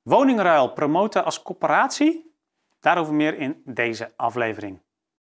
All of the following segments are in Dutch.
Woningruil promoten als coöperatie? Daarover meer in deze aflevering.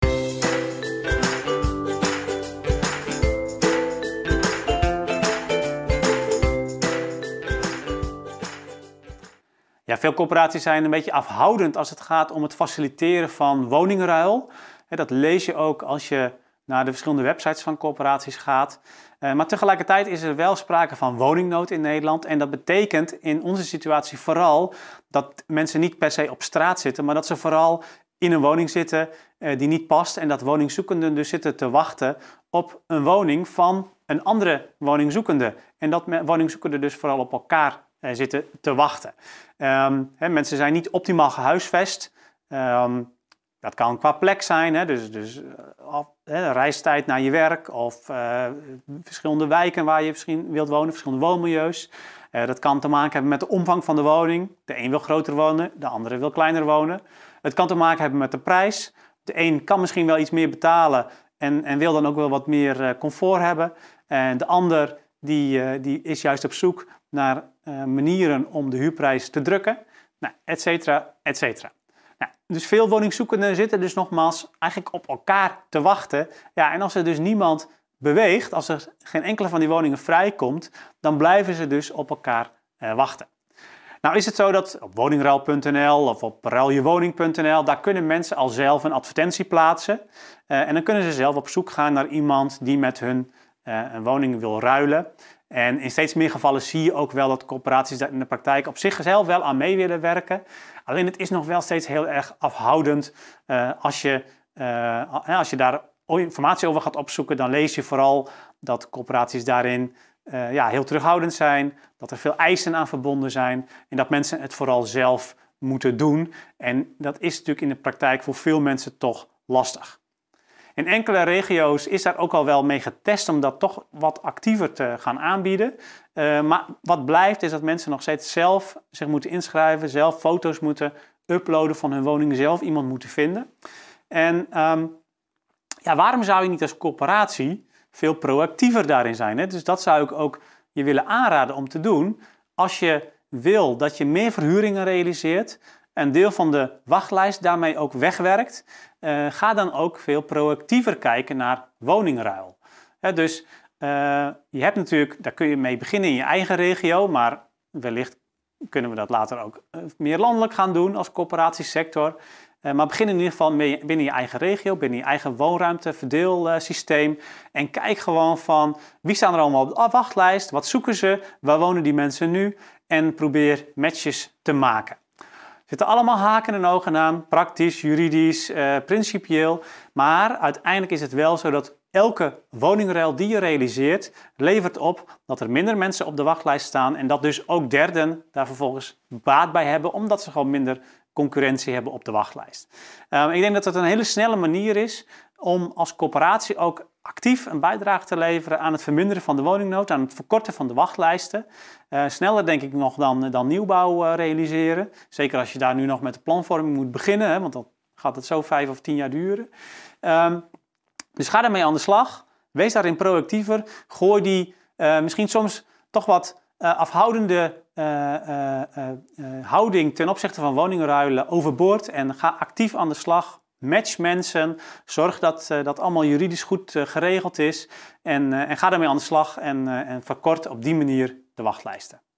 Ja, veel coöperaties zijn een beetje afhoudend als het gaat om het faciliteren van woningruil. Dat lees je ook als je naar de verschillende websites van coöperaties gaat. Maar tegelijkertijd is er wel sprake van woningnood in Nederland. En dat betekent in onze situatie vooral dat mensen niet per se op straat zitten, maar dat ze vooral in een woning zitten die niet past. En dat woningzoekenden dus zitten te wachten op een woning van een andere woningzoekende. En dat woningzoekenden dus vooral op elkaar zitten te wachten. Mensen zijn niet optimaal gehuisvest. Dat kan qua plek zijn, dus reistijd naar je werk of verschillende wijken waar je misschien wilt wonen, verschillende woonmilieus. Dat kan te maken hebben met de omvang van de woning. De een wil groter wonen, de andere wil kleiner wonen. Het kan te maken hebben met de prijs. De een kan misschien wel iets meer betalen en wil dan ook wel wat meer comfort hebben. En de ander die is juist op zoek naar manieren om de huurprijs te drukken, et cetera, et cetera. Dus veel woningzoekenden zitten dus nogmaals eigenlijk op elkaar te wachten. Ja, en als er dus niemand beweegt, als er geen enkele van die woningen vrijkomt, dan blijven ze dus op elkaar wachten. Nou is het zo dat op woningruil.nl of op ruiljewoning.nl, daar kunnen mensen al zelf een advertentie plaatsen. En dan kunnen ze zelf op zoek gaan naar iemand die met hun een woning wil ruilen. En in steeds meer gevallen zie je ook wel dat coöperaties daar in de praktijk op zichzelf wel aan mee willen werken. Alleen het is nog wel steeds heel erg afhoudend. Als je daar informatie over gaat opzoeken, dan lees je vooral dat coöperaties daarin heel terughoudend zijn. Dat er veel eisen aan verbonden zijn. En dat mensen het vooral zelf moeten doen. En dat is natuurlijk in de praktijk voor veel mensen toch lastig. In enkele regio's is daar ook al wel mee getest om dat toch wat actiever te gaan aanbieden. Maar wat blijft is dat mensen nog steeds zelf zich moeten inschrijven, zelf foto's moeten uploaden van hun woning, zelf iemand moeten vinden. En waarom zou je niet als coöperatie veel proactiever daarin zijn? Hè? Dus dat zou ik ook je willen aanraden om te doen. Als je wil dat je meer verhuringen realiseert, een deel van de wachtlijst daarmee ook wegwerkt, ga dan ook veel proactiever kijken naar woningruil. Dus je hebt natuurlijk, daar kun je mee beginnen in je eigen regio, maar wellicht kunnen we dat later ook meer landelijk gaan doen als coöperatiesector. Maar begin in ieder geval binnen je eigen regio, binnen je eigen woonruimteverdeelsysteem. En kijk gewoon van wie staan er allemaal op de wachtlijst, wat zoeken ze, waar wonen die mensen nu en probeer matches te maken. Er zitten allemaal haken en ogen aan, praktisch, juridisch, principieel. Maar uiteindelijk is het wel zo dat elke woningruil die je realiseert, levert op dat er minder mensen op de wachtlijst staan. En dat dus ook derden daar vervolgens baat bij hebben, omdat ze gewoon minder concurrentie hebben op de wachtlijst. Ik denk dat het een hele snelle manier is om als coöperatie ook actief een bijdrage te leveren aan het verminderen van de woningnood, aan het verkorten van de wachtlijsten. Sneller denk ik nog dan nieuwbouw realiseren. Zeker als je daar nu nog met de planvorming moet beginnen, want dan gaat het zo 5 of 10 jaar duren. Dus ga daarmee aan de slag. Wees daarin proactiever. Gooi die misschien soms toch wat afhoudende houding ten opzichte van woningruilen overboord en ga actief aan de slag. Match mensen, zorg dat dat allemaal juridisch goed geregeld is en ga daarmee aan de slag en verkort op die manier de wachtlijsten.